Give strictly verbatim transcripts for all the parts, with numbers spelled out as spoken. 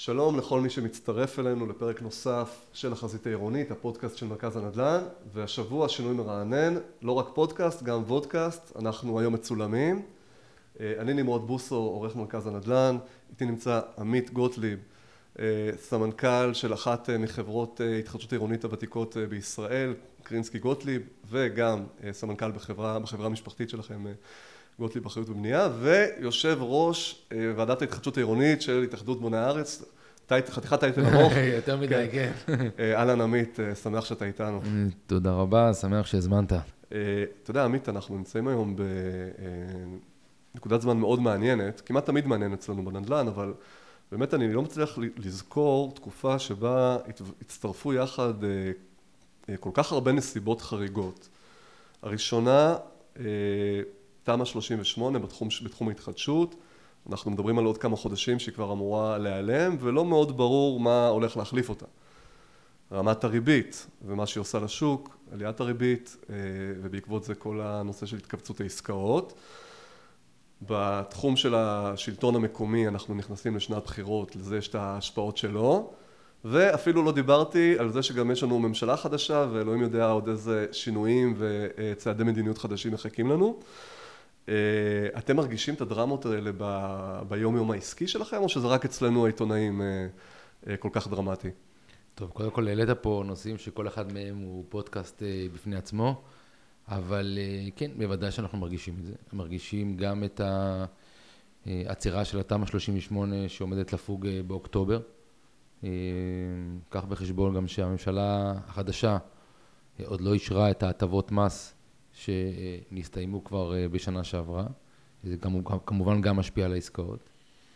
שלום לכל מי שמצטרף אלינו לפרק נוסף של החזית העירונית, הפודקאסט של מרכז הנדל"ן, והשבוע שינוי מרענן, לא רק פודקאסט, גם וודקאסט, אנחנו היום מצולמים. אני נמרוד בוסו, עורך מרכז הנדל"ן, איתי נמצא עמית גוטליב, סמנכ"ל של אחת מחברות התחדשות עירונית הוותיקות בישראל, קרינסקי גוטליב, וגם סמנכ"ל בחברה, בחברה המשפחתית שלכם, גוטליב אחריות ובנייה, ויושב ראש ועדת ההתחדשות העירונית של התאחדות בוני הארץ, חתיכת טייטל ארוך. יותר מדי, כן. אהלן עמית, שמח שאתה איתנו. תודה רבה, שמח שהזמנת. אתה יודע, עמית, אנחנו נמצאים היום בנקודת זמן מאוד מעניינת, כמעט תמיד מעניין אצלנו בנדל"ן, אבל באמת אני לא מצליח לזכור תקופה שבה הצטרפו יחד כל כך הרבה נסיבות חריגות. הראשונה, תמ"א שלושים ושמונה בתחום, בתחום ההתחדשות, אנחנו מדברים על עוד כמה חודשים שהיא כבר אמורה להיעלם, ולא מאוד ברור מה הולך להחליף אותה. רמת הריבית ומה שהיא עושה לשוק, עליית הריבית, ובעקבות זה כל הנושא של התכווצות העסקאות. בתחום של השלטון המקומי אנחנו נכנסים לשנת בחירות, לזה יש את ההשפעות שלו, ואפילו לא דיברתי על זה שגם יש לנו ממשלה חדשה, ואלוהים יודע עוד איזה שינויים וצעדי מדיניות חדשים מחכים לנו. אתם מרגישים את הדרמות האלה ביום יום העסקי שלכם, או שזה רק אצלנו העיתונאים כל כך דרמטי? טוב, קודם כל העלית פה נושאים שכל אחד מהם הוא פודקאסט בפני עצמו, אבל כן, בוודאי שאנחנו מרגישים את זה. מרגישים גם את העצירה של התמ"א שלושים ושמונה שעומדת לפוג באוקטובר. כך בחשבון גם שהממשלה החדשה עוד לא אישרה את ההטבות מס שנסתיימו כבר בשנה שעברה. זה כמובן גם משפיע על העסקאות.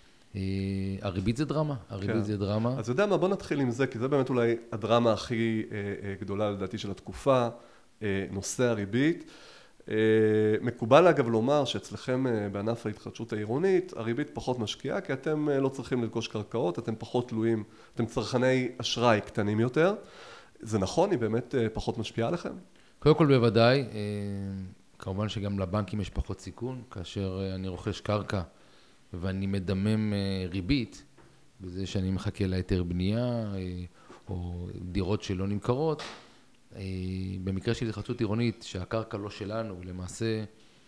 הריבית זה דרמה, הריבית זה דרמה. אז יודע מה, בוא נתחיל עם זה, כי זה באמת אולי הדרמה הכי גדולה לדעתי של התקופה, נושא הריבית. מקובל אגב לומר שאצלכם בענף ההתחדשות העירונית, הריבית פחות משקיעה, כי אתם לא צריכים לרכוש קרקעות, אתם פחות תלויים, אתם צרכני אשראי קטנים יותר. זה נכון? היא באמת פחות משפיעה עליכם? קודם כל בוודאי, כמובן שגם לבנקים יש פחות סיכון, כאשר אני רוכש קרקע ואני מדמם ריבית, בזה שאני מחכה להיתר בנייה או דירות שלא נמכרות, במקרה של התחדשות עירונית שהקרקע לא שלנו, למעשה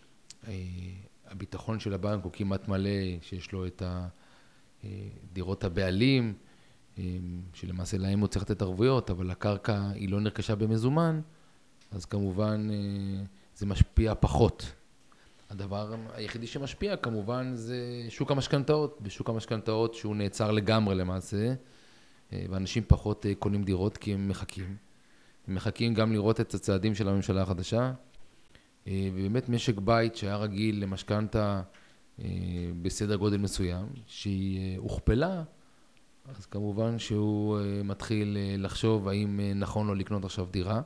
הביטחון של הבנק הוא כמעט מלא, שיש לו את דירות הבעלים, שלמעשה להם הוא צריך לתת ערבויות, אבל הקרקע היא לא נרכשה במזומן, אז כמובן זה משפיע פחות. הדבר היחידי שמשפיע כמובן זה שוק המשכנתאות. בשוק המשכנתאות שהוא נעצר לגמרי למעשה, ואנשים פחות קונים דירות כי הם מחכים. הם מחכים גם לראות את הצעדים של הממשלה החדשה, ובאמת משק בית שהיה רגיל למשכנתה בסדר גודל מסוים, שהיא הוכפלה, אז כמובן שהוא מתחיל לחשוב האם נכון לו לקנות עכשיו דירה,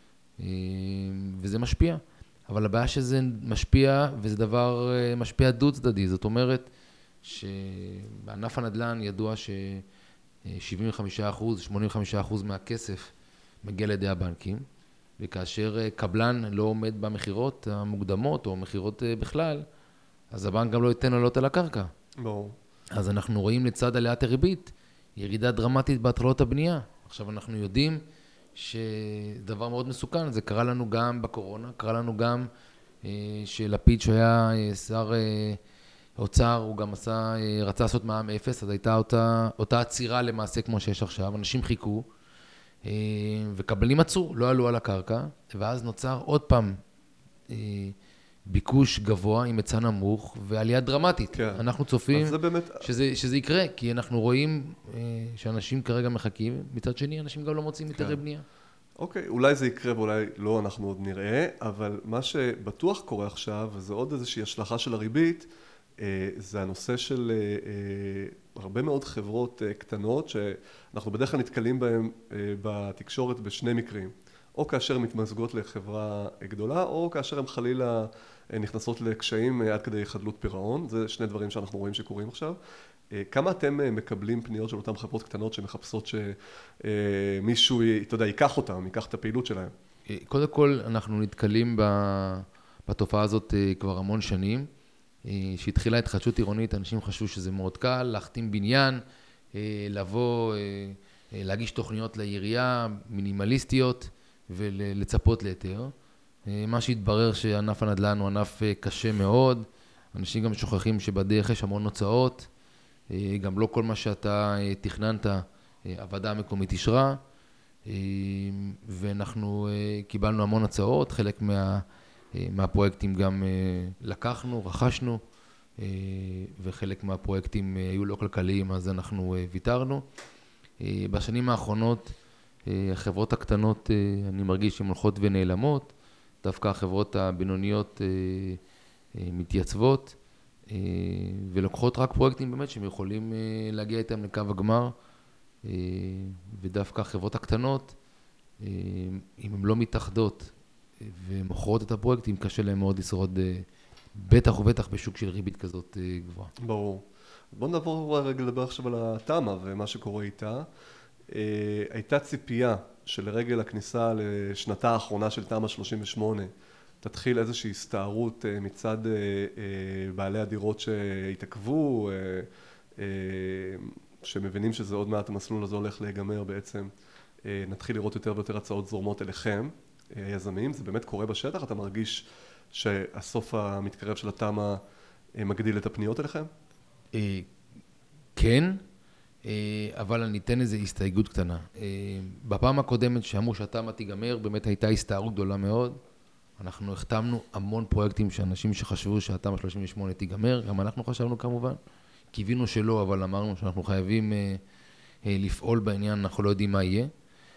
וזה משפיע. אבל הבעיה שזה משפיע, וזה דבר משפיע דו צדדי. זאת אומרת שבענף הנדל"ן ידוע ש-שבעים וחמישה אחוז, שמונים וחמישה אחוז מהכסף מגיע לידי הבנקים, וכאשר קבלן לא עומד במחירות המוקדמות או מחירות בכלל, אז הבנק גם לא ייתן עלות על הקרקע. ברור. אז אנחנו רואים לצד עליית הריבית, ירידה דרמטית בהתחלות הבנייה. עכשיו אנחנו יודעים שדבר מאוד מסוכן, זה קרה לנו גם בקורונה, קרה לנו גם שלפיד שהיה שר אוצר, הוא גם עשה, רצה לעשות מע"מ אפס, אז הייתה אותה, אותה עצירה למעשה כמו שיש עכשיו, אנשים חיכו, וקבלנים עצרו, לא עלו על הקרקע, ואז נוצר עוד פעם ביקוש גבוה עם היצע נמוך ועלייה דרמטית. כן. אנחנו צופים באמת... שזה, שזה יקרה, כי אנחנו רואים שאנשים כרגע מחכים, מצד שני אנשים גם לא מוצאים כן. היתרי בנייה. אוקיי, אולי זה יקרה ואולי לא, אנחנו עוד נראה, אבל מה שבטוח קורה עכשיו, וזה עוד איזושהי השלכה של הריבית, זה הנושא של הרבה מאוד חברות קטנות, שאנחנו בדרך כלל נתקלים בהן בתקשורת בשני מקרים. או כאשר הן מתמזגות לחברה גדולה, או כאשר הן חלילה נכנסות לקשיים עד כדי חדלות פירעון. זה שני דברים שאנחנו רואים שקורים עכשיו. כמה אתם מקבלים פניות של אותן חברות קטנות שמחפשות שמישהו, אתה יודע, ייקח אותם, ייקח את הפעילות שלהם? קודם כל, אנחנו נתקלים בתופעה הזאת כבר המון שנים. שהתחילה התחדשות עירונית, אנשים חשבו שזה מאוד קל, להחתים בניין, לבוא, להגיש תוכניות לעירייה מינימליסטיות ולצפות ליתר. מה שהתברר שענף הנדל"ן הוא ענף קשה מאוד, אנשים גם שוכחים שבדרך יש המון הוצאות, גם לא כל מה שאתה תכננת, הוועדה המקומית אישרה, ואנחנו קיבלנו המון הצעות, חלק מה, מהפרויקטים גם לקחנו, רכשנו, וחלק מהפרויקטים היו לא כלכליים, אז אנחנו ויתרנו. בשנים האחרונות, החברות הקטנות, אני מרגיש שהן הולכות ונעלמות, דווקא החברות הבינוניות מתייצבות, ולוקחות רק פרויקטים באמת שהם יכולים להגיע איתם לקו הגמר, ודווקא החברות הקטנות, אם הן לא מתאחדות ומוכרות את הפרויקטים, קשה להם מאוד לשרוד, בטח ובטח בשוק של ריבית כזאת גבוהה. ברור. בואו נעבור רגע לדבר עכשיו על התמ"א ומה שקורה איתה. הייתה ציפייה שלרגל הכניסה לשנתה האחרונה של תמ"א שלושים ושמונה, תתחיל איזושהי הסתערות מצד בעלי הדירות שהתעכבו, שמבינים שזה עוד מעט המסלול הזה הולך להיגמר בעצם, נתחיל לראות יותר ויותר הצעות זורמות אליכם, היזמים. זה באמת קורה בשטח? אתה מרגיש שהסוף המתקרב של התמ"א מגדיל את הפניות אליכם? כן, אבל אני אתן איזו הסתייגות קטנה. בפעם הקודמת שאמרו שהתמ"א תיגמר, באמת הייתה הסתערות גדולה מאוד. אנחנו החתמנו המון פרויקטים שאנשים שחשבו שהתמ"א שלושים ושמונה תיגמר, גם אנחנו חשבנו כמובן. קיווינו שלא, אבל אמרנו שאנחנו חייבים לפעול בעניין, אנחנו לא יודעים מה יהיה.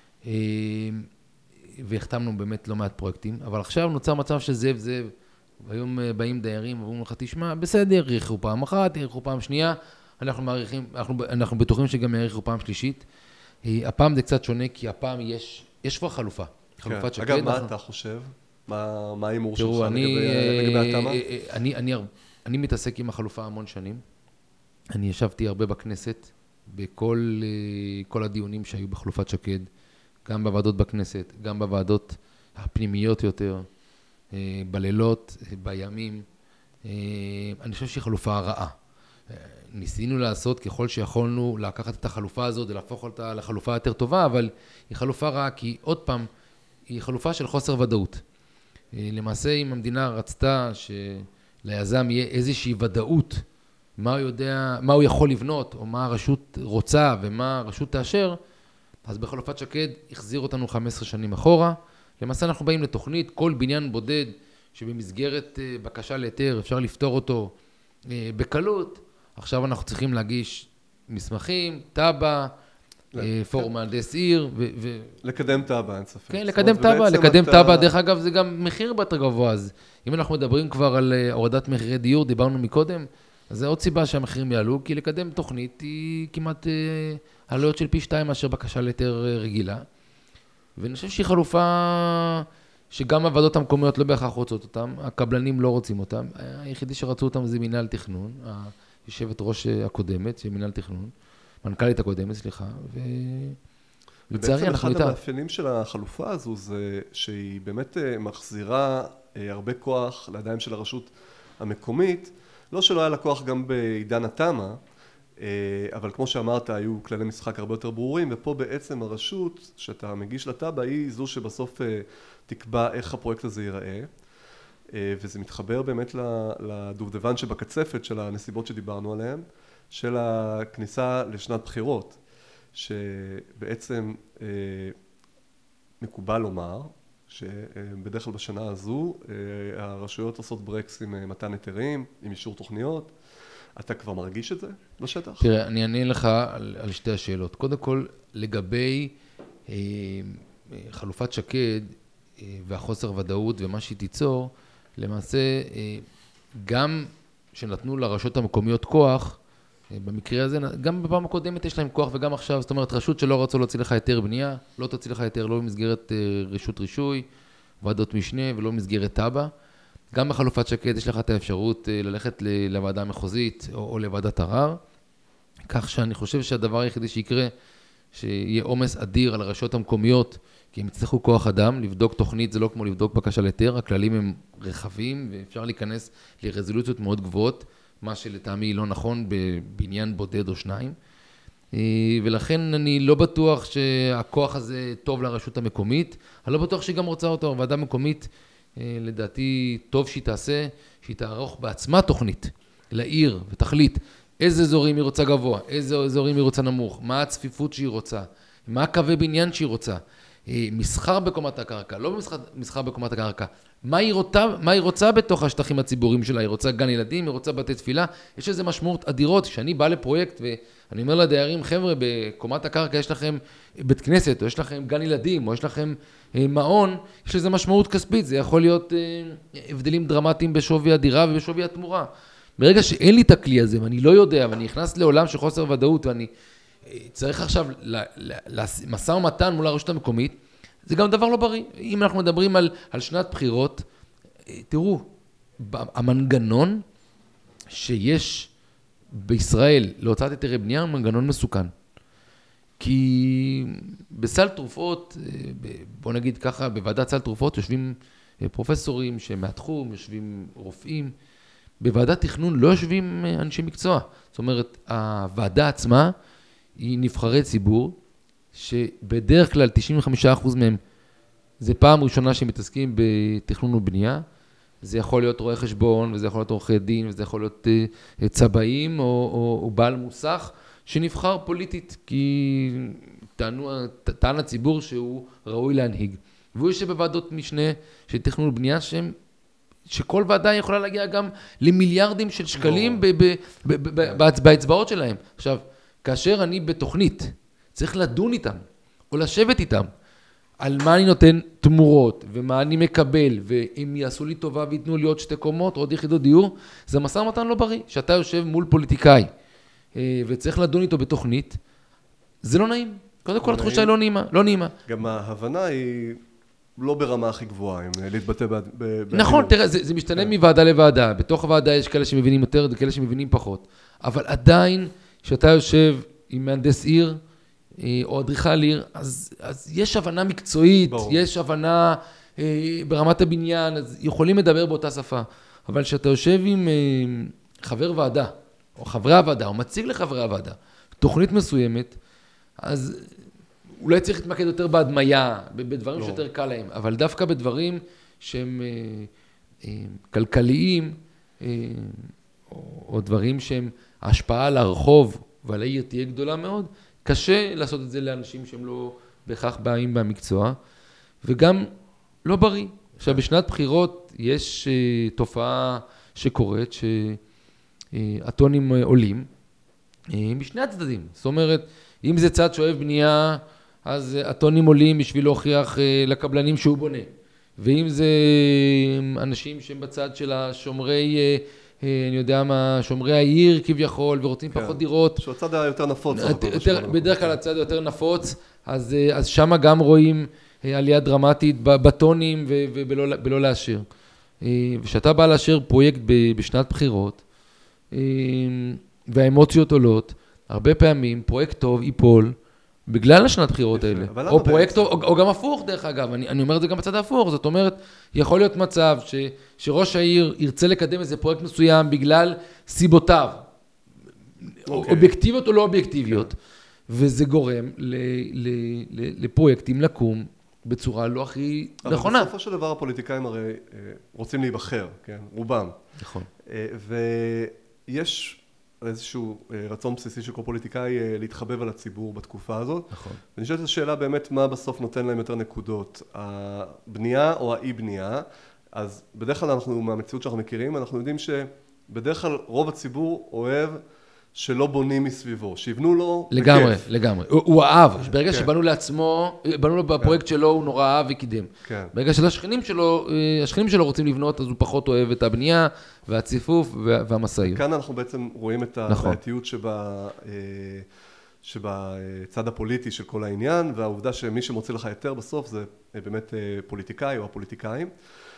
והחתמנו באמת לא מעט פרויקטים, אבל עכשיו נוצר מצב שזאב זאב, והיום באים דיירים ואומרים לך, תשמע, בסדר, יריחו פעם אחת, יריחו פעם שנייה, אנחנו מעריכים, אנחנו, אנחנו בטוחים שגם יריחו פעם שלישית. הפעם זה קצת שונה, כי הפעם יש, יש כבר חלופה. חלופת שקד. אגב, מה אתה חושב? מה, מה האימור שלך לגבי התמ"א? אני, אני, אני מתעסק עם החלופה המון שנים. אני ישבתי הרבה בכנסת, בכל כל הדיונים שהיו בחלופת שקד, גם בוועדות בכנסת, גם בוועדות הפנימיות יותר, בלילות, בימים. אני חושב שהיא חלופה רעה. ניסינו לעשות ככל שיכולנו לקחת את החלופה הזאת ולהפוך אותה לחלופה יותר טובה, אבל היא חלופה רעה כי עוד פעם, היא חלופה של חוסר ודאות. למעשה, אם המדינה רצתה שליזם יהיה איזושהי ודאות, מה הוא יודע, מה הוא יכול לבנות, או מה הרשות רוצה ומה הרשות תאשר, אז בחלופת שקד החזיר אותנו חמש עשרה שנים אחורה. למעשה אנחנו באים לתוכנית, כל בניין בודד שבמסגרת בקשה להיתר אפשר לפתור אותו בקלות. עכשיו אנחנו צריכים להגיש מסמכים, תב"ע, פורום מהנדס עיר. לקדם תב"ע, אין ספק. כן, לקדם תב"ע, לקדם תב"ע. דרך אגב, זה גם מחיר יותר גבוה. אז אם אנחנו מדברים כבר על הורדת מחירי דיור, דיברנו מקודם, אז זה עוד סיבה שהמחירים יעלו, כי לקדם תוכנית היא כמעט עלויות של פי שתיים מאשר בקשה להיתר רגילה. ואני חושב שהיא חלופה שגם הוועדות המקומיות לא בהכרח רוצות אותם, הקבלנים לא רוצים אותם, היחידי שרצו אותם זה מינהל תכנון, היושבת ראש הקודמת, זה מינהל תכנון, מנכ"לית הקודמת, סליחה, ו... ובעצם אחד המאפיינים של החלופה הזו זה שהיא באמת מחזירה הרבה כוח לידיים של הרשות המקומית, לא שלא היה לה כוח גם בעידן התמ"א, אבל כמו שאמרת, היו כללי משחק הרבה יותר ברורים, ופה בעצם הרשות שאתה מגיש לתב"ע היא זו שבסוף תקבע איך הפרויקט הזה ייראה, וזה מתחבר באמת לדובדבן שבקצפת של הנסיבות שדיברנו עליהן, של הכניסה לשנת בחירות, שבעצם מקובל לומר, שבדרך כלל בשנה הזו הרשויות עושות ברקס עם מתן היתרים, עם אישור תוכניות. אתה כבר מרגיש את זה בשטח? תראה, אני אענה לך על, על שתי השאלות. קודם כל, לגבי אה, חלופת שקד אה, והחוסר ודאות ומה שהיא תיצור, למעשה אה, גם שנתנו לרשויות המקומיות כוח, אה, במקרה הזה, גם בפעם הקודמת יש להם כוח וגם עכשיו, זאת אומרת, רשות שלא רצו להוציא לך היתר בנייה, לא תוציא לך היתר לא במסגרת אה, רשות רישוי, ועדות משנה ולא במסגרת תב"ע. גם בחלופת שקד יש לך את האפשרות ללכת לוועדה המחוזית או, או לוועדת ערר, כך שאני חושב שהדבר היחידי שיקרה, שיהיה עומס אדיר על הרשויות המקומיות, כי הם יצטרכו כוח אדם, לבדוק תוכנית זה לא כמו לבדוק בקשה להיתר, הכללים הם רחבים ואפשר להיכנס לרזולוציות מאוד גבוהות, מה שלטעמי לא נכון בבניין בודד או שניים. ולכן אני לא בטוח שהכוח הזה טוב לרשות המקומית, אני לא בטוח שהיא גם רוצה אותו. הוועדה מקומית, לדעתי, טוב שהיא תעשה, שהיא תערוך בעצמה תוכנית לעיר ותחליט איזה אזורים היא רוצה גבוה, איזה אזורים היא רוצה נמוך, מה הצפיפות שהיא רוצה, מה הקווי בניין שהיא רוצה, מסחר בקומת הקרקע, לא מסחר, מסחר בקומת הקרקע, מה היא, רוצה, מה היא רוצה בתוך השטחים הציבוריים שלה, היא רוצה גן ילדים, היא רוצה בתי תפילה, יש איזה משמעות אדירות. כשאני בא לפרויקט ואני אומר לדיירים, חבר'ה, בקומת הקרקע יש לכם בית כנסת, או יש לכם גן ילדים, או יש לכם מעון, יש איזה משמעות כספית, זה יכול להיות הבדלים דרמטיים בשווי הדירה ובשווי התמורה. ברגע שאין לי את הכלי הזה, ואני לא יודע, ואני נכנס לעולם של חוסר ודאות, ואני צריך עכשיו למשא ומתן מול הרשות המקומית, זה גם דבר לא בריא. אם אנחנו מדברים על, על שנת בחירות, תראו, המנגנון שיש בישראל להוצאת היתרי בנייה הוא מנגנון מסוכן. כי בסל תרופות, בוא נגיד ככה, בוועדת סל תרופות יושבים פרופסורים שמהתחום, יושבים רופאים. בוועדת תכנון לא יושבים אנשי מקצוע. זאת אומרת, הוועדה עצמה היא נבחרי ציבור, שבדרך כלל תשעים וחמישה אחוז מהם זה פעם ראשונה שהם מתעסקים בתכנון ובנייה. זה יכול להיות רואה חשבון, וזה יכול להיות עורכי דין, וזה יכול להיות צבעים, או, או, או בעל מוסך, שנבחר פוליטית, כי טענו, טען הציבור שהוא ראוי להנהיג. והוא יושב בוועדות משנה של תכנון ובנייה, שהם, שכל ועדה יכולה להגיע גם למיליארדים של שקלים ב, ב, ב, ב, ב, בהצבעות שלהם. עכשיו, כאשר אני בתוכנית, צריך לדון איתם, או לשבת איתם, על מה אני נותן תמורות, ומה אני מקבל, ואם יעשו לי טובה ויתנו לי עוד שתי קומות, עוד יחידות דיור, זה משא ומתן לא בריא. שאתה יושב מול פוליטיקאי, וצריך לדון איתו בתוכנית, זה לא נעים. קודם כל התחושה היא לא נעימה, לא נעימה. גם ההבנה היא לא ברמה הכי גבוהה, אם להתבטא בעדינות. נכון, תראה, זה, זה משתנה מוועדה לוועדה. בתוך הוועדה יש כאלה שמבינים יותר, וכאלה שמבינים פחות. אבל עדיין, שאתה יושב עם מהנדס עיר, או אדריכל עיר, אז, אז יש הבנה מקצועית, ברור. יש הבנה אה, ברמת הבניין, אז יכולים לדבר באותה שפה. אבל שאתה יושב עם אה, חבר ועדה, או חברי הוועדה, או מציג לחברי הוועדה, תוכנית מסוימת, אז אולי צריך להתמקד יותר בהדמיה, בדברים לא. שיותר קל להם, אבל דווקא בדברים שהם אה, אה, כלכליים, אה, או, או דברים שהם ההשפעה על הרחוב ועל העיר תהיה גדולה מאוד, קשה לעשות את זה לאנשים שהם לא בהכרח באים במקצוע, וגם לא בריא. עכשיו, בשנת בחירות יש uh, תופעה שקורית, שהטונים uh, עולים, uh, משני הצדדים. זאת אומרת, אם זה צד שאוהב בנייה, אז uh, הטונים עולים בשביל להוכיח uh, לקבלנים שהוא בונה. ואם זה uh, אנשים שהם בצד של השומרי... Uh, אני יודע מה, שומרי העיר כביכול, ורוצים כן. פחות דירות. שהצד היותר נפוץ. יותר, בדרך כלל הצד היותר נפוץ, אז, אז שם גם רואים עלייה דרמטית בטונים ובלא בלא לאשר. ושאתה בא לאשר פרויקט בשנת בחירות, והאמוציות עולות, הרבה פעמים פרויקט טוב ייפול, בגלל השנת בחירות האלה, או פרויקט, או, או גם הפוך דרך אגב, אני, אני אומר את זה גם בצד ההפוך, זאת אומרת, יכול להיות מצב ש, שראש העיר ירצה לקדם איזה פרויקט מסוים בגלל סיבותיו, okay. אובייקטיביות או לא אובייקטיביות, okay. וזה גורם ל, ל, ל, לפרויקטים לקום בצורה לא הכי אבל נכונה. אבל בסופו של דבר הפוליטיקאים הרי רוצים להיבחר, כן? רובם. נכון. ויש... איזשהו רצון בסיסי של כל פוליטיקאי להתחבב על הציבור בתקופה הזאת. נכון. ואני חושבת את השאלה באמת מה בסוף נותן להם יותר נקודות, הבנייה או האי בנייה. אז בדרך כלל אנחנו, מהמציאות שאנחנו מכירים, אנחנו יודעים שבדרך כלל רוב הציבור אוהב שלא בונים מסביבו, שיבנו לו בכיף. לגמרי, לגמרי. הוא, הוא אהב, ברגע כן. שבנו לעצמו, בנו לו בפרויקט כן. שלו, הוא נורא אהב וקידם. כן. ברגע שהשכנים שלו, השכנים שלו רוצים לבנות, אז הוא פחות אוהב את הבנייה והציפוף והמסעיות. כאן אנחנו בעצם רואים את הבעייתיות נכון. שבה, שבצד הפוליטי של כל העניין, והעובדה שמי שמוצא לך יותר בסוף זה באמת פוליטיקאי או הפוליטיקאים.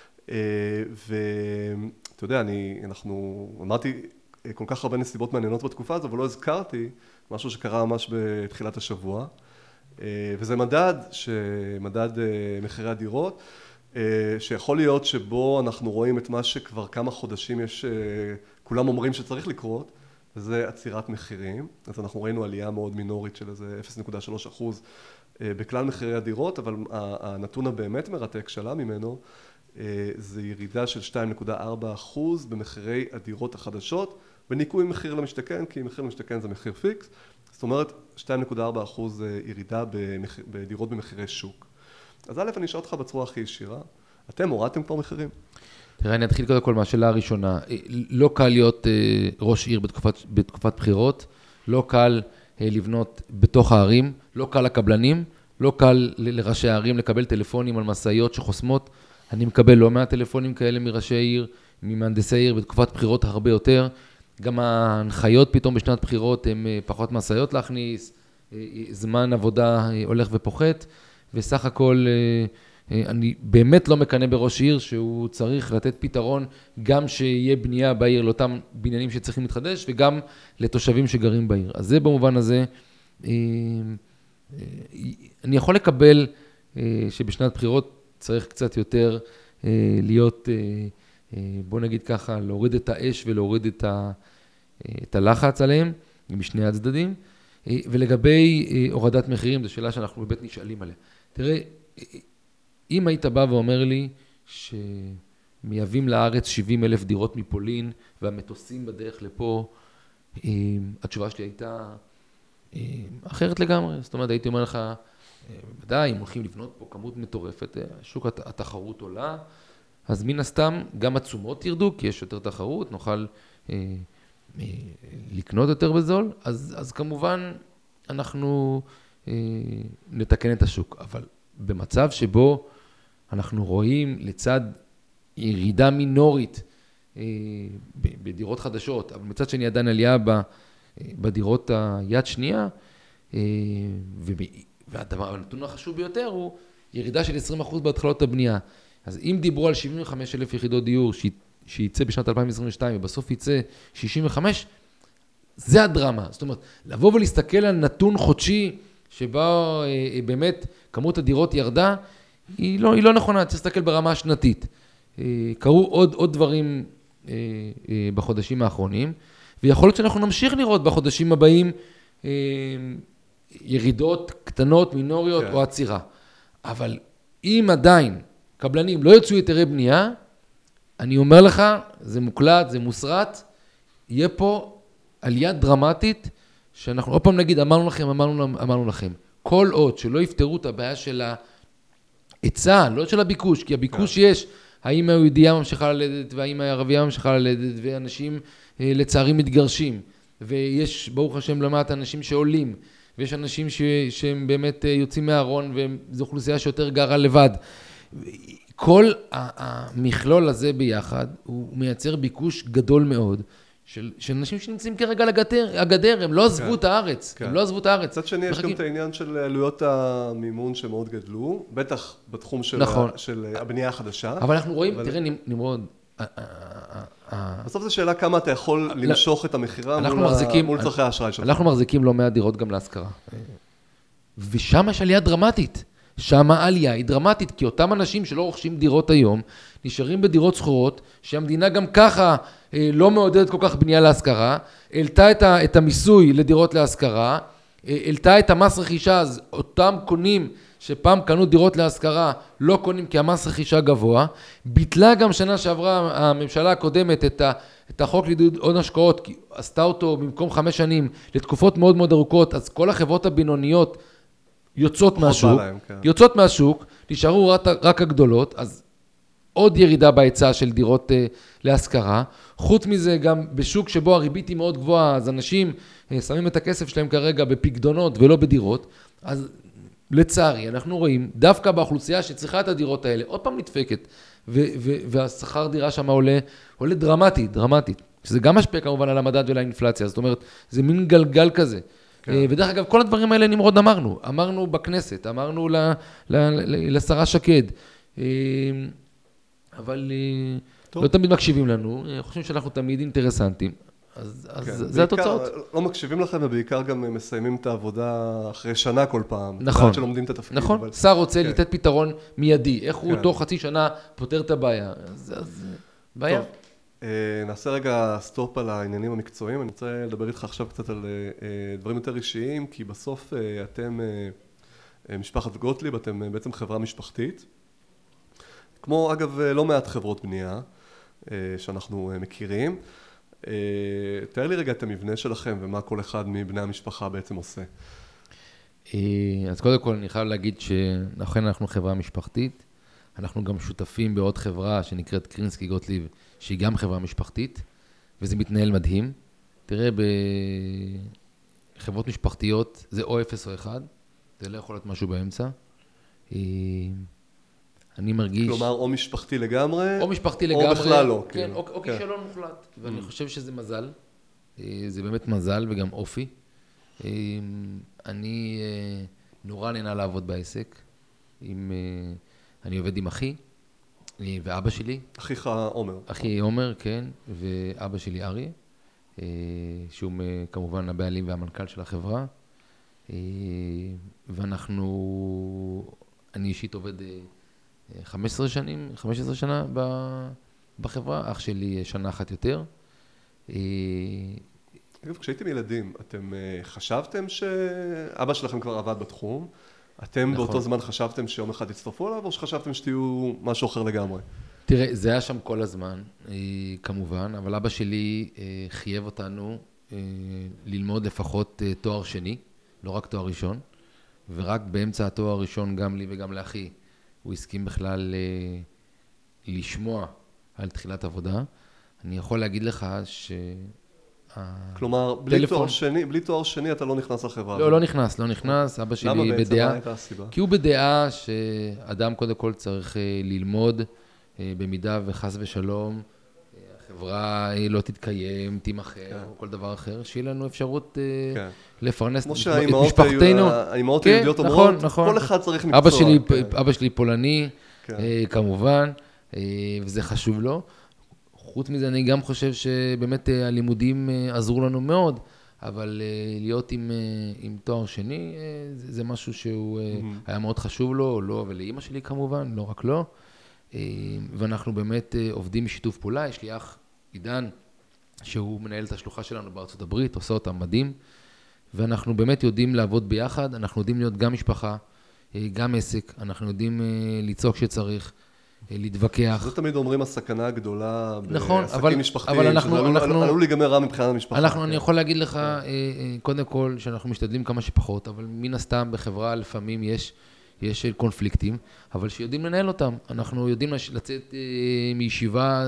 ואתה יודע, אני, אנחנו, אמרתי, כל כך הרבה נסיבות מעניינות בתקופה הזו, אבל לא הזכרתי משהו שקרה ממש בתחילת השבוע, וזה מדד, מדד מחירי הדירות, שיכול להיות שבו אנחנו רואים את מה שכבר כמה חודשים יש, כולם אומרים שצריך לקרות, וזה עצירת מחירים. אז אנחנו ראינו עלייה מאוד מינורית של איזה אפס נקודה שלוש אחוז בכלל מחירי הדירות, אבל הנתון הבאמת מרתק שלה ממנו, זה ירידה של שתיים נקודה ארבע אחוז במחירי הדירות החדשות, בניכוי מחיר למשתכן, כי מחיר למשתכן זה מחיר פיקס, זאת אומרת שתיים נקודה ארבע אחוז ירידה בדירות במחירי שוק. אז א', אני אשאל אותך בצורה הכי ישירה, אתם הורדתם כבר מחירים? תראה, אני אתחיל קודם כל מהשאלה הראשונה. לא קל להיות ראש עיר בתקופת, בתקופת בחירות, לא קל לבנות בתוך הערים, לא קל לקבלנים, לא קל לראשי הערים לקבל טלפונים על מסעיות שחוסמות. אני מקבל לא מעט טלפונים כאלה מראשי עיר, ממהנדסי עיר בתקופת בחירות הרבה יותר. גם ההנחיות פתאום בשנת בחירות הן פחות מסעיות להכניס, זמן עבודה הולך ופוחת, וסך הכל אני באמת לא מקנה בראש עיר שהוא צריך לתת פתרון גם שיהיה בנייה בעיר לאותם בניינים שצריכים להתחדש וגם לתושבים שגרים בעיר. אז זה במובן הזה, אני יכול לקבל שבשנת בחירות צריך קצת יותר להיות, בוא נגיד ככה, להוריד את האש ולהוריד את, ה, את הלחץ עליהם, משני הצדדים. ולגבי הורדת מחירים, זו שאלה שאנחנו באמת נשאלים עליה. תראה, אם היית בא ואומר לי שמייבאים לארץ שבעים אלף דירות מפולין והמטוסים בדרך לפה, התשובה שלי הייתה אחרת לגמרי. זאת אומרת, הייתי אומר לך, ודאי, אם הולכים לבנות פה כמות מטורפת, שוק התחרות עולה, אז מן הסתם גם התשומות ירדו, כי יש יותר תחרות, נוכל לקנות יותר בזול, אז, אז כמובן אנחנו נתקן את השוק. אבל במצב שבו אנחנו רואים לצד ירידה מינורית בדירות חדשות, אבל מצד שני עדיין עלייה בדירות היד שנייה, והדבר, הנתון החשוב ביותר הוא ירידה של עשרים אחוז בהתחלות הבנייה. אז אם דיברו על שבעים וחמישה אלף יחידות דיור שייצא בשנת אלפיים עשרים ושתיים ובסוף ייצא שישים וחמש, זה הדרמה. זאת אומרת, לבוא ולהסתכל על נתון חודשי שבה באמת כמות הדירות ירדה, היא לא, היא לא נכונה, צריך להסתכל ברמה השנתית. קרו עוד, עוד דברים בחודשים האחרונים, ויכול להיות שאנחנו נמשיך לראות בחודשים הבאים ירידות קטנות, מינוריות או עצירה. אבל אם עדיין קבלנים לא יוצאו היתרי בנייה, אני אומר לך, זה מוקלט, זה מוסרט, יהיה פה עלייה דרמטית, שאנחנו עוד פעם נגיד, אמרנו לכם, אמרנו, אמרנו לכם. כל עוד שלא יפתרו את הבעיה של ההיצע, לא של הביקוש, כי הביקוש יש, האם היהודייה ממשיכה ללדת, והאם הערבייה ממשיכה ללדת, ואנשים לצערי מתגרשים, ויש ברוך השם למעט אנשים שעולים, ויש אנשים ש, שהם באמת יוצאים מהארון, וזו אוכלוסייה שיותר גרה לבד. כל המכלול הזה ביחד, הוא מייצר ביקוש גדול מאוד, של, של אנשים שנמצאים כרגע על הגדר, הגדר, הם לא עזבו את הארץ, הם לא עזבו את הארץ. מצד שני, יש גם את העניין של עלויות המימון שמאוד גדלו, בטח בתחום של, נכון. של הבנייה החדשה. אבל אנחנו רואים, תראה, נמרוד, בסוף זו שאלה כמה אתה יכול למשוך את המחירה מול צורכי האשראי שלך. אנחנו מחזיקים לא מעט דירות גם להשכרה. ושם יש עלייה דרמטית. שם העלייה היא דרמטית, כי אותם אנשים שלא רוכשים דירות היום, נשארים בדירות סחורות, שהמדינה גם ככה לא מעודדת כל כך בנייה להשכרה, העלתה את, את המיסוי לדירות להשכרה, העלתה את המס רכישה, אז אותם קונים שפעם קנו דירות להשכרה, לא קונים כי המס רכישה גבוה, ביטלה גם שנה שעברה הממשלה הקודמת את, ה, את החוק לעידוד הון השקעות, כי עשתה אותו במקום חמש שנים לתקופות מאוד מאוד ארוכות, אז כל החברות הבינוניות יוצאות מהשוק, להם, כן. יוצאות מהשוק, נשארו רק, רק הגדולות, אז עוד ירידה בהיצע של דירות uh, להשכרה. חוץ מזה גם בשוק שבו הריבית היא מאוד גבוהה, אז אנשים uh, שמים את הכסף שלהם כרגע בפקדונות ולא בדירות, אז לצערי אנחנו רואים דווקא באוכלוסייה שצריכה את הדירות האלה, עוד פעם נדפקת, ו- ו- והשכר דירה שם עולה, עולה דרמטית, דרמטית, שזה גם משפיע כמובן על המדד ולאינפלציה, זאת אומרת, זה מין גלגל כזה. ודרך אגב, כל הדברים האלה נמרוד אמרנו, אמרנו בכנסת, אמרנו לשרה שקד, אבל לא תמיד מקשיבים לנו, חושבים שאנחנו תמיד אינטרסנטים, אז זה התוצאות. לא מקשיבים לכם ובעיקר גם מסיימים את העבודה אחרי שנה כל פעם, נכון, שלומדים את התפקיד. נכון, שר רוצה לתת פתרון מיידי, איך הוא תוך חצי שנה פותר את הבעיה, אז בעיה. נעשה רגע סטופ על העניינים המקצועיים, אני רוצה לדבר איתך עכשיו קצת על דברים יותר אישיים, כי בסוף אתם משפחת גוטליב, אתם בעצם חברה משפחתית, כמו אגב לא מעט חברות בנייה שאנחנו מכירים. תאר לי רגע את המבנה שלכם ומה כל אחד מבני המשפחה בעצם עושה. אז קודם כל אני חייב להגיד שאכן אנחנו חברה משפחתית, אנחנו גם שותפים בעוד חברה שנקראת קרינסקי גוטליב, שהיא גם חברה משפחתית, וזה מתנהל מדהים. תראה, בחברות משפחתיות זה או אפס או אחד, זה לא יכול להיות משהו באמצע. אני מרגיש... כלומר, או משפחתי לגמרי, או משפחתי לגמרי, או בכלל לא. כן, או, או כן. כישלון מוחלט. ואני חושב שזה מזל, זה באמת מזל וגם אופי. אני נורא נהנה לעבוד בעסק, עם, אני עובד עם אחי ואבא שלי. אחיך עומר. אחי עומר, כן, ואבא שלי אריה, שהוא כמובן הבעלים והמנכ"ל של החברה. ואנחנו, אני אישית עובד חמש עשרה שנים, חמש עשרה שנה בחברה, אח שלי שנה אחת יותר. אגב, כשהייתם ילדים, אתם חשבתם שאבא שלכם כבר עבד בתחום? אתם נכון. באותו זמן חשבתם שיום אחד יצטרפו עליו, או שחשבתם שתהיו משהו אחר לגמרי? תראה, זה היה שם כל הזמן, כמובן, אבל אבא שלי חייב אותנו ללמוד לפחות תואר שני, לא רק תואר ראשון, ורק באמצע התואר הראשון, גם לי וגם לאחי, הוא הסכים בכלל לשמוע על תחילת עבודה. אני יכול להגיד לך ש... כלומר, בלי תואר שני, בלי תואר שני אתה לא נכנס לחברה. לא, לא נכנס, לא נכנס. אבא שלי בדעה... למה בעצם? מה הייתה הסיבה? כי הוא בדעה שאדם קודם כל צריך ללמוד, במידה וחס ושלום, החברה לא תתקיים, תימחר, או כל דבר אחר, שיהיה לנו אפשרות לפרנס את משפחתנו. כמו שהאימהות היהודיות אומרות, כל אחד צריך מקצוע. אבא שלי פולני, כמובן, וזה חשוב לו. חוץ מזה, אני גם חושב שבאמת הלימודים עזרו לנו מאוד, אבל להיות עם, עם תואר שני, זה משהו שהוא mm-hmm. היה מאוד חשוב לו, לו ולאמא שלי כמובן, לא רק לו. ואנחנו באמת עובדים בשיתוף פעולה. יש לי אח עידן, שהוא מנהל את השלוחה שלנו בארצות הברית, עושה אותה מדהים, ואנחנו באמת יודעים לעבוד ביחד, אנחנו יודעים להיות גם משפחה, גם עסק, אנחנו יודעים לצעוק שצריך, להתווכח. זה תמיד אומרים הסכנה הגדולה נכון, בעסקים אבל, משפחתיים, אבל אנחנו, שזה אנחנו, עלול להיגמר רע מבחינת המשפחה. אנחנו, אני יכול להגיד לך, קודם כל, שאנחנו משתדלים כמה שפחות, אבל מן הסתם בחברה לפעמים יש, יש קונפליקטים, אבל שיודעים לנהל אותם. אנחנו יודעים לצאת מישיבה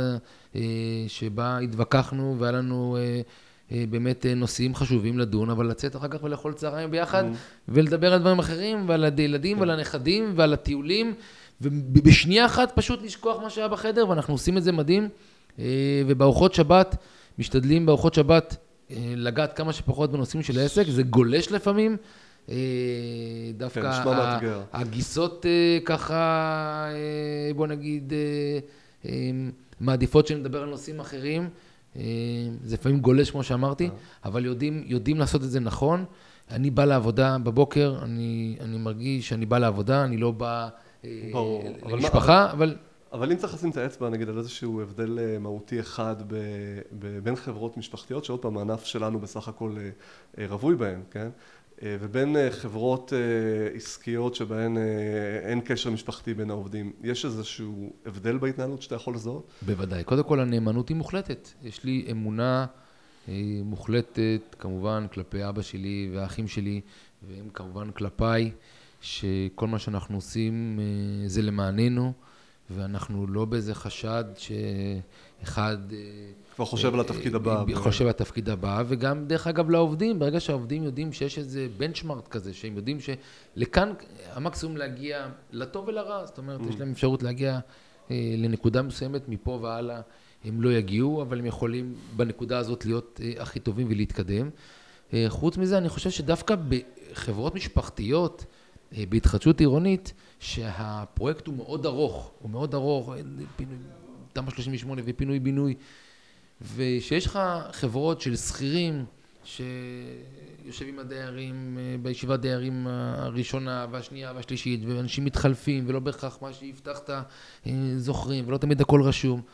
שבה התווכחנו, והיה לנו באמת נושאים חשובים לדון, אבל לצאת אחר כך ולאכול צהריים ביחד, ולדבר על דברים אחרים, ועל הילדים ועל הנכדים ועל הטיולים, ובשנייה אחת פשוט לשכוח מה שהיה בחדר, ואנחנו עושים את זה מדהים, ובארוחות שבת, משתדלים בארוחות שבת לגעת כמה שפחות בנושאים של העסק, זה גולש לפעמים, דווקא הגיסות ככה, בוא נגיד, מעדיפות שנדבר על נושאים אחרים, זה לפעמים גולש כמו שאמרתי, אבל יודעים, יודעים לעשות את זה נכון. אני בא לעבודה בבוקר, אני, אני מרגיש שאני בא לעבודה, אני לא בא למשפחה, אבל... אבל אם צריך לשים את האצבע, נגיד, על איזשהו הבדל מהותי אחד בין חברות משפחתיות, שעוד פעם, הענף שלנו בסך הכל רווי בהן, כן? ובין חברות עסקיות שבהן אין קשר משפחתי בין העובדים, יש איזשהו הבדל בהתנהלות שאתה יכול לזהות? בוודאי. קודם כל, הנאמנות היא מוחלטת. יש לי אמונה מוחלטת, כמובן, כלפי אבא שלי והאחים שלי, והם כמובן כלפיי, שכל מה שאנחנו עושים זה למעננו, ואנחנו לא באיזה חשד שאחד... כבר חושב על התפקיד הבא. חושב על התפקיד הבא, וגם דרך אגב לעובדים, ברגע שהעובדים יודעים שיש איזה בנצ'מרק כזה, שהם יודעים שלכאן המקסימום להגיע לטוב ולרע, זאת אומרת, יש להם אפשרות להגיע לנקודה מסוימת, מפה והלאה הם לא יגיעו, אבל הם יכולים בנקודה הזאת להיות הכי טובים ולהתקדם. חוץ מזה, אני חושב שדווקא בחברות משפחתיות, בהתחדשות עירונית, שהפרויקט הוא מאוד ארוך, הוא מאוד ארוך, תמ"א שלושים ושמונה ופינוי בינוי, ושיש לך חברות של שכירים שיושבים עם הדיירים, בישיבת דיירים הראשונה והשנייה והשלישית, ואנשים מתחלפים, ולא בהכרח מה שהבטחת זוכרים, ולא תמיד הכל רשום.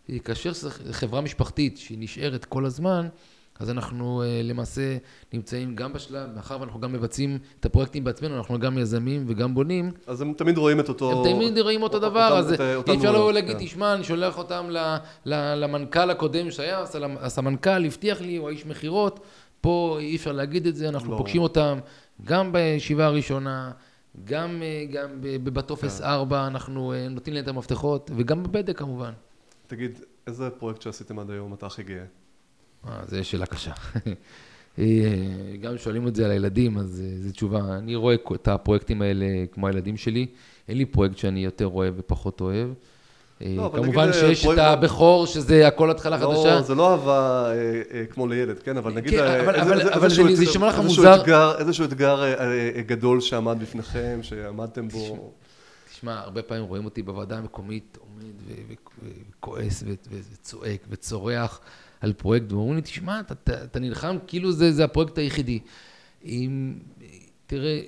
כאשר זו חברה משפחתית שהיא נשארת כל הזמן, אז אנחנו למעשה נמצאים גם בשלב, מאחר ואנחנו גם מבצעים את הפרויקטים בעצמנו, אנחנו גם יזמים וגם בונים. אז הם תמיד רואים את אותו... הם תמיד רואים אותו דבר, אז אי אפשר לא להגיד, תשמע, אני שולח אותם למנכ"ל הקודם שהיה, הסמנכ"ל הבטיח לי, הוא האיש מחירות, פה אי אפשר להגיד את זה, אנחנו פוגשים אותם גם בישיבה הראשונה, גם בטופס ארבע, אנחנו נותנים להם את המפתחות, וגם בבדק כמובן. תגיד, איזה פרויקט שעשיתם עד היום אתה הכי גאה? זה שאלה קשה. גם שואלים את זה על הילדים, אז זו תשובה. אני רואה את הפרויקטים האלה כמו הילדים שלי. אין לי פרויקט שאני יותר אוהב ופחות אוהב. כמובן שיש את הבכור, שזה הכל התחלה חדשה. לא, זה לא אהבה כמו לילד, כן? אבל נגיד... אבל זה יישמע לך מוזר. איזשהו אתגר גדול שעמד בפניכם, שעמדתם בו. תשמע, הרבה פעמים רואים אותי בוועדה המקומית, עומד וכועס וצועק וצורח על פרויקט, ואומרים לי, תשמע, אתה, אתה נלחם כאילו זה, זה הפרויקט היחידי. אם, תראה,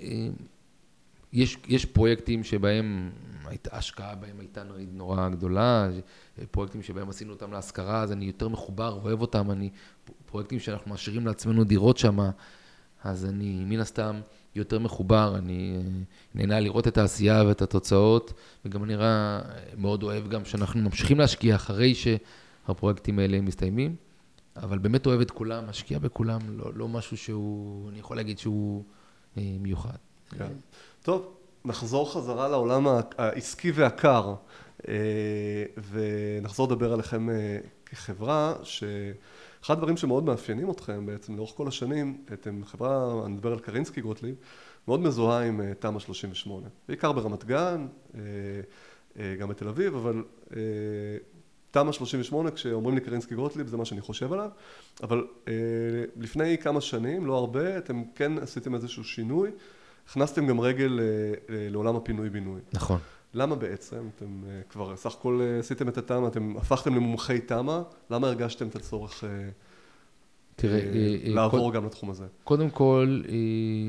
יש, יש פרויקטים שבהם הייתה השקעה, בהם הייתה נורא גדולה, פרויקטים שבהם עשינו אותם להשכרה, אז אני יותר מחובר, אוהב אותם, אני, פרויקטים שאנחנו משאירים לעצמנו דירות שם, אז אני מן הסתם יותר מחובר, אני נהנה לראות את העשייה ואת התוצאות, וגם אני נראה מאוד אוהב גם שאנחנו ממשיכים להשקיע אחרי שהפרויקטים האלה מסתיימים, אבל באמת אוהב את כולם, משקיע בכולם, לא, לא משהו שהוא, אני יכול להגיד שהוא אה, מיוחד. כן. טוב, נחזור חזרה לעולם העסקי והקר, אה, ונחזור לדבר עליכם אה, כחברה, שאחד הדברים שמאוד מאפיינים אתכם בעצם לאורך כל השנים, אתם חברה, אני מדבר על קרינסקי גוטליב, מאוד מזוהה עם אה, תמ"א שלושים ושמונה, בעיקר ברמת גן, אה, אה, גם בתל אביב, אבל... אה, תמ"א שלושים ושמונה, כשאומרים לי קרינסקי גוטליב, זה מה שאני חושב עליו, אבל אה, לפני כמה שנים, לא הרבה, אתם כן עשיתם איזשהו שינוי, הכנסתם גם רגל אה, לעולם הפינוי-בינוי. נכון. למה בעצם? אתם אה, כבר סך הכל אה, עשיתם את התמ"א, אתם הפכתם למומחי תמ"א, למה הרגשתם את הצורך אה, תראה, אה, אה, לעבור קוד, גם לתחום הזה? קודם כל, אה,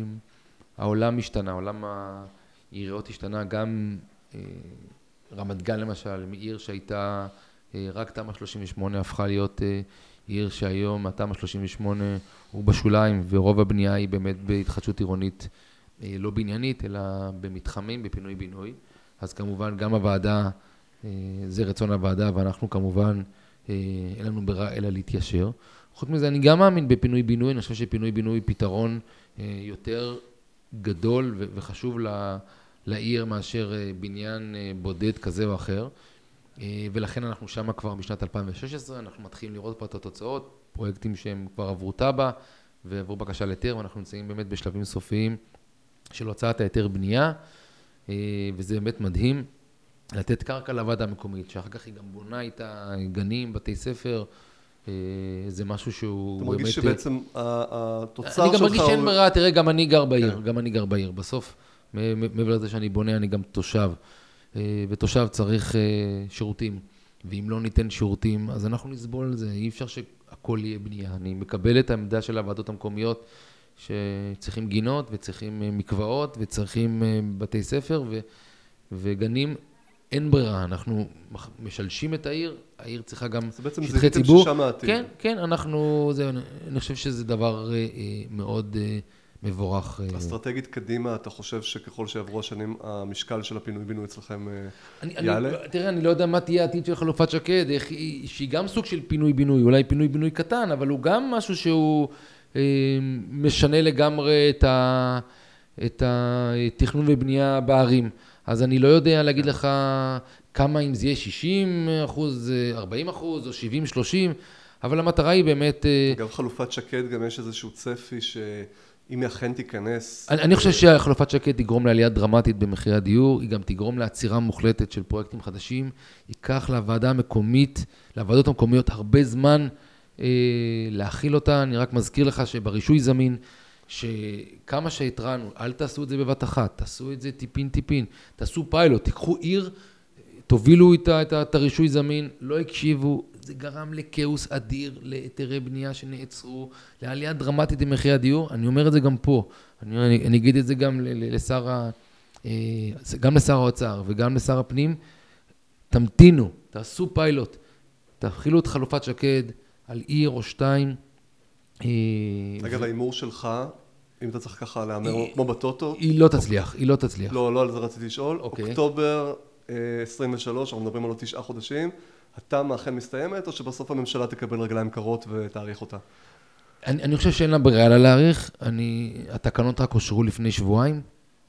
העולם השתנה, העולם העיריות השתנה, גם אה, רמת גן למשל, מעיר שהייתה... רק תמ"א שלושים ושמונה הפכה להיות עיר שהיום התמ"א שלושים ושמונה הוא בשוליים, ורוב הבנייה היא באמת בהתחדשות עירונית לא בניינית, אלא במתחמים, בפינוי בינוי. אז כמובן גם הוועדה, זה רצון הוועדה, ואנחנו כמובן אין לנו ברירה אלא להתיישר. חוץ מזה אני גם מאמין בפינוי בינוי, אני חושב שפינוי בינוי פתרון יותר גדול וחשוב לעיר מאשר בניין בודד כזה או אחר. ולכן אנחנו שם כבר בשנת אלפיים ושש עשרה, אנחנו מתחילים לראות פה את התוצאות, פרויקטים שהם כבר עברו טאבה ועברו בקשה להיתר, ואנחנו נמצאים באמת בשלבים סופיים של הוצאת היתר בנייה, וזה באמת מדהים לתת קרקע לוועדה המקומית, שאחר כך היא גם בונה איתה גנים, בתי ספר, זה משהו שהוא באמת... אתה מרגיש שבעצם התוצר שלך... אני גם מרגיש שאין ברירה, תראה, גם אני גר בעיר, גם אני גר בעיר, בסוף, מעבר לזה שאני בונה, אני גם תושב. ותושב צריך שירותים, ואם לא ניתן שירותים, אז אנחנו נסבול על זה, אי אפשר שהכל יהיה בנייה. אני מקבל את העמדה של הוועדות המקומיות, שצריכים גינות, וצריכים מקוואות, וצריכים בתי ספר, ו, וגנים, אין ברירה, אנחנו משלשים את העיר, העיר צריכה גם שטחי ציבור. כן, כן, אנחנו, זה, אני חושב שזה דבר מאוד... מבורך. אסטרטגית קדימה, אתה חושב שככל שעברו השנים, המשקל של הפינוי-בינוי אצלכם יעלה? תראה, אני לא יודע מה תהיה העתיד של חלופת שקד, שהיא גם סוג של פינוי-בינוי, אולי פינוי-בינוי קטן, אבל הוא גם משהו שהוא משנה לגמרי את התכנון ובנייה בערים. אז אני לא יודע להגיד לך כמה, אם זה יהיה שישים אחוז, ארבעים אחוז או שבעים שלושים, אבל המטרה היא באמת... אגב, חלופת שקד גם יש איזשהו צפי ש... אם היא אכן תיכנס... אני, אני חושב שהחלופת שקד תגרום לעלייה דרמטית במחירי הדיור, היא גם תגרום לעצירה מוחלטת של פרויקטים חדשים, ייקח לוועדה המקומית, לוועדות המקומיות הרבה זמן אה, להכיל אותה. אני רק מזכיר לך שברישוי זמין, שכמה שהתרענו, אל תעשו את זה בבת אחת, תעשו את זה טיפין טיפין, תעשו פיילוט, תיקחו עיר, תובילו איתה את, את הרישוי זמין, לא הקשיבו, זה גרם לכאוס אדיר, להיתרי בנייה שנעצרו, לעלייה דרמטית במחירי הדיור. אני אומר את זה גם פה, אני, אני, אני אגיד את זה גם לשר, ה, גם לשר האוצר וגם לשר הפנים, תמתינו, תעשו פיילוט, תחילו את חלופת שקד על עיר או שתיים. אגב, האימור שלך, אם אתה צריך ככה להאמר כמו בטוטו. היא לא תצליח, היא לא תצליח. לא, לא על זה רציתי לשאול. אוקטובר עשרים ושלוש, אנחנו מדברים על עוד תשעה חודשים. התמה אכן מסתיימת, או שבסוף הממשלה תקבל רגליים קרות ותאריך אותה? אני, אני חושב שאין לה ברירה להאריך. אני, התקנות רק אושרו לפני שבועיים.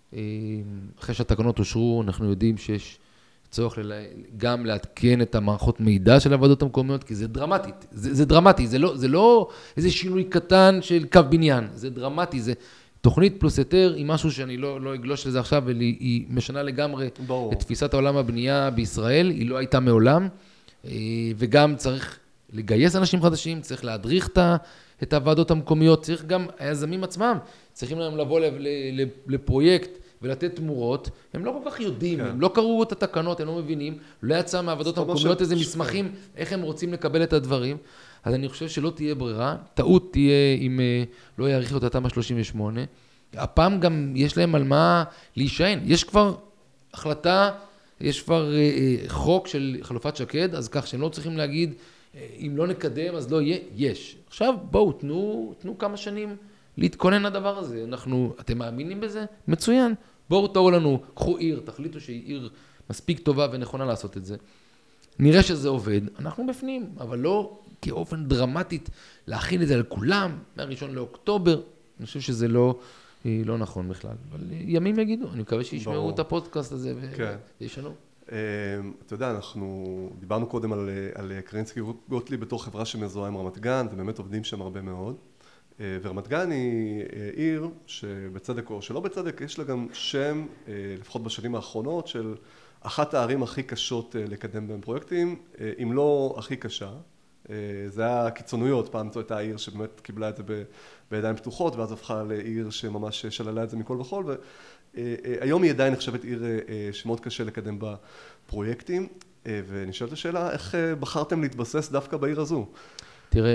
אחרי שהתקנות אושרו, אנחנו יודעים שיש צורך גם להתקן את המערכות מידע של הוועדות המקומיות, כי זה דרמטית. זה, זה דרמטי, זה לא, זה לא איזה שינוי קטן של קו בניין. זה דרמטי, זה תוכנית פלוס היתר היא משהו שאני לא, לא אגלוש לזה עכשיו, אבל היא, היא משנה לגמרי ברור. את תפיסת העולם הבנייה בישראל, היא לא הייתה מעולם. וגם צריך לגייס אנשים חדשים, צריך להדריך את הוועדות המקומיות, צריך גם היזמים עצמם, צריכים להם לבוא לפרויקט ולתת תמורות, הם לא כל כך יודעים, כן. הם לא קראו את התקנות, הם לא מבינים, לא יצא מהוועדות המקומיות איזה מסמכים, איך הם רוצים לקבל את הדברים, אז אני חושב שלא תהיה ברירה, טעות תהיה אם לא יאריכו את התמ"א שלושים ושמונה, הפעם גם יש להם על מה להישען, יש כבר החלטה, יש כבר חוק של חלופת שקד, אז כך שהם לא צריכים להגיד, אם לא נקדם אז לא יהיה, יש. עכשיו בואו, תנו, תנו כמה שנים להתכונן לדבר הזה. אנחנו, אתם מאמינים בזה? מצוין. בואו תראו לנו, קחו עיר, תחליטו שהיא עיר מספיק טובה ונכונה לעשות את זה. נראה שזה עובד, אנחנו בפנים, אבל לא כאופן דרמטית להכין את זה לכולם, מהראשון לאוקטובר. אני חושב שזה לא, לא נכון בכלל. אבל ימים יגידו, אני מקווה שישמעו את הפודקאסט הזה וישנו. אתה יודע, אנחנו דיברנו קודם על, על קרינסקי גוטליב בתור חברה שמזוהה עם רמת גן, ובאמת עובדים שם הרבה מאוד. ורמת גן היא עיר שבצדק או שלא בצדק, יש לה גם שם, לפחות בשנים האחרונות, של אחת הערים הכי קשות לקדם בהם פרויקטים, אם לא הכי קשה. זה היה קיצוניות, פעם זו הייתה העיר שבאמת קיבלה את זה בידיים פתוחות, ואז הפכה לעיר שממש שללה את זה מכל וכל, והיום היא עדיין נחשבת עיר שמאוד קשה לקדם בה פרויקטים, ונשאלת השאלה, איך בחרתם להתבסס דווקא בעיר הזו? תראה,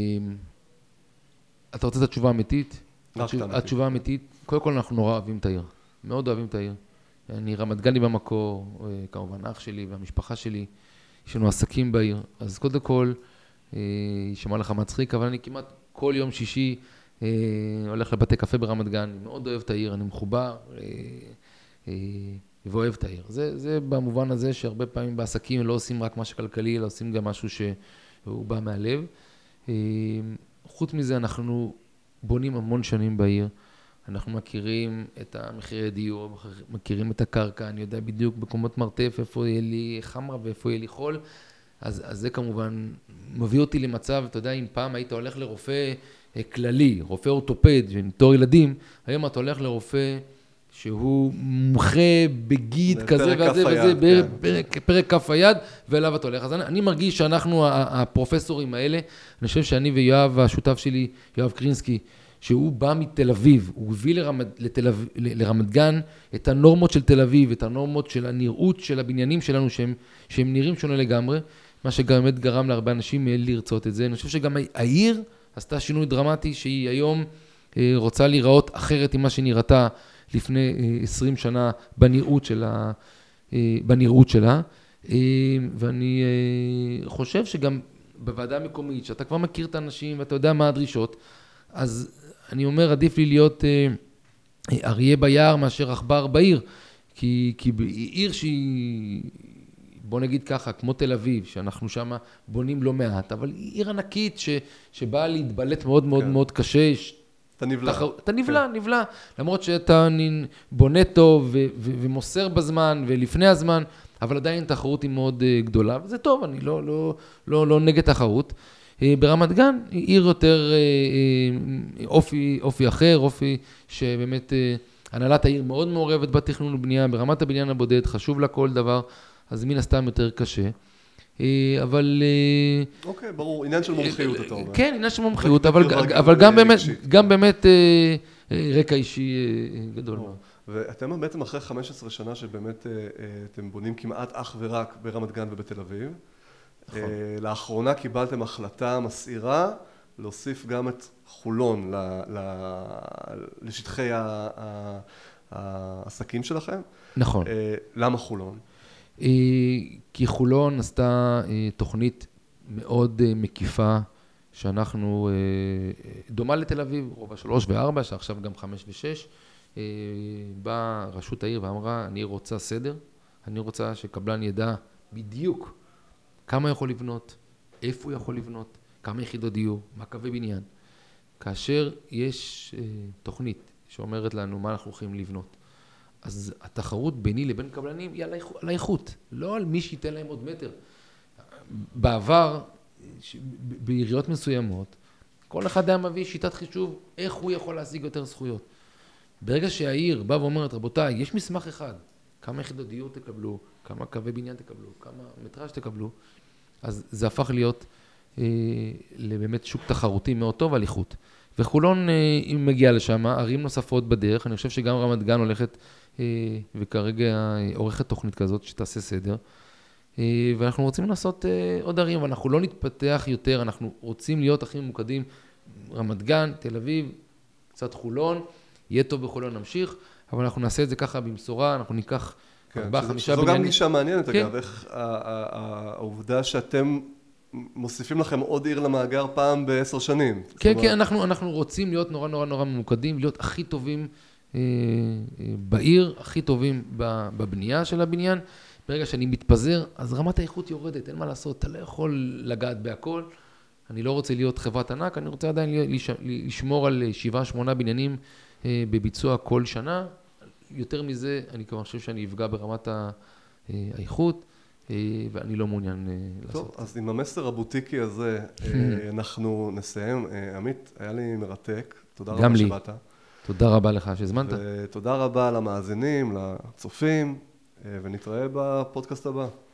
אתה רוצה את התשובה האמיתית? התשובה האמיתית, קודם כל אנחנו נורא אוהבים את העיר, מאוד אוהבים את העיר. אני רמת גני במקור, כמובן אח שלי והמשפחה שלי, יש לנו עסקים בעיר, אז קודם כל, ישמע לך מצחיק, אבל אני כמעט כל יום שישי הולך לבתי קפה ברמת גן, אני מאוד אוהב את העיר, אני מחובר ואוהב את העיר. זה, זה במובן הזה שהרבה פעמים בעסקים לא עושים רק משהו כלכלי, אלא עושים גם משהו שהוא בא מהלב. חוץ מזה אנחנו בונים המון שנים בעיר, אנחנו מכירים את המחירי דיור, מכירים את הקרקע, אני יודע בדיוק בקומות מרתף איפה יהיה לי חמרה ואיפה יהיה לי חול, אז, אז זה כמובן מביא אותי למצב, אתה יודע, אם פעם היית הולך לרופא כללי, רופא אורתופד, תור ילדים, היום אתה הולך לרופא שהוא מומחה בגיד כזה וזה וזה, פרק, פרק כף היד, ואליו אתה הולך. אז אני, אני מרגיש שאנחנו, הפרופסורים האלה, אני חושב שאני ויואב, השותף שלי, יואב קרינסקי, שהוא בא מתל אביב, הוא הביא לרמת, לתל אביב, לרמת גן את הנורמות של תל אביב, את הנורמות של הנראות של הבניינים שלנו, שהם, שהם נראים שונה לגמרי, מה שגם באמת גרם להרבה אנשים לרצות את זה. אני חושב שגם העיר עשתה שינוי דרמטי, שהיא היום רוצה להיראות אחרת ממה שנראתה לפני עשרים שנה בנראות שלה, בנראות שלה. ואני חושב שגם בוועדה המקומית, שאתה כבר מכיר את האנשים ואתה יודע מה הדרישות, אז אני אומר, עדיף לי להיות אריה ביער מאשר עכבר בעיר, כי, כי עיר שהיא, בוא נגיד ככה, כמו תל אביב, שאנחנו שם בונים לא מעט, אבל היא עיר ענקית ש, שבאה להתבלט מאוד מאוד כן. מאוד קשה. אתה נבלה. תחר... אתה נבלה, כן. נבלה. למרות שאתה בונה טוב ו- ו- ומוסר בזמן ולפני הזמן, אבל עדיין תחרות היא מאוד גדולה, וזה טוב, אני לא, לא, לא, לא נגד תחרות. ברמת גן, עיר יותר אופי, אופי אחר, אופי שבאמת הנהלת העיר מאוד מעורבת בתכנון ובנייה, ברמת הבניין הבודד, חשוב לה כל דבר, אז מן הסתם יותר קשה. אבל... אוקיי, ברור, עניין של מומחיות אתה אומר. כן, עניין של מומחיות, אבל גם באמת, גם באמת רקע אישי גדול. ואתם בעצם אחרי חמש עשרה שנה שבאמת אתם בונים כמעט אך ורק ברמת גן ובתל אביב. לאחרונה קיבלתם החלטה מסעירה להוסיף גם את חולון לשטחי העסקים שלכם. נכון. למה חולון? כי חולון עשתה תוכנית מאוד מקיפה, שאנחנו, דומה לתל אביב, רובע שלוש וארבע, שעכשיו גם חמש ושש, באה רשות העיר ואמרה, אני רוצה סדר, אני רוצה שקבלן ידע בדיוק כמה יכול לבנות, איפה הוא יכול לבנות, כמה יחידות דיור, מה קווי בניין. כאשר יש תוכנית שאומרת לנו מה אנחנו הולכים לבנות, אז התחרות ביני לבין קבלנים היא על האיכות, לא על מי שייתן להם עוד מטר. בעבר, בעיריות מסוימות, כל אחד היה מביא שיטת חישוב איך הוא יכול להשיג יותר זכויות. ברגע שהעיר בא ואומרת, רבותיי, יש מסמך אחד, כמה יחידות דיור תקבלו, כמה קווי בניין תקבלו, כמה מטראז' תקבלו, אז זה הפך להיות אה, לבאמת שוק תחרותי מאוד טוב על איכות. וחולון, אה, אם מגיע לשם, ערים נוספות בדרך, אני חושב שגם רמת גן הולכת, אה, וכרגע עורכת תוכנית כזאת שתעשה סדר, אה, ואנחנו רוצים לעשות אה, עוד ערים, ואנחנו לא נתפתח יותר, אנחנו רוצים להיות הכי ממוקדים, רמת גן, תל אביב, קצת חולון, יהיה טוב בחולון נמשיך, אבל אנחנו נעשה את זה ככה במשורה, אנחנו ניקח ארבעה, חמישה בניינים. זו גם גישה מעניינת, אגב, איך העובדה שאתם מוסיפים לכם עוד עיר למאגר פעם בעשר שנים. כן, כן, אנחנו רוצים להיות נורא נורא נורא ממוקדים, להיות הכי טובים בעיר, הכי טובים בבנייה של הבניין. ברגע שאני מתפזר, אז רמת האיכות יורדת, אין מה לעשות, אתה לא יכול לגעת בהכל. אני לא רוצה להיות חברת ענק, אני רוצה עדיין לשמור על שבעה, שמונה בניינים בביצוע כל שנה. יותר מזה, אני כבר חושב שאני אפגע ברמת האיכות, ואני לא מעוניין לעשות. טוב, אז עם המסר הבוטיקי הזה, אנחנו נסיים. עמית, היה לי מרתק. תודה רבה שבאת. תודה רבה לך שהזמנת. ותודה רבה למאזינים, לצופים, ונתראה בפודקאסט הבא.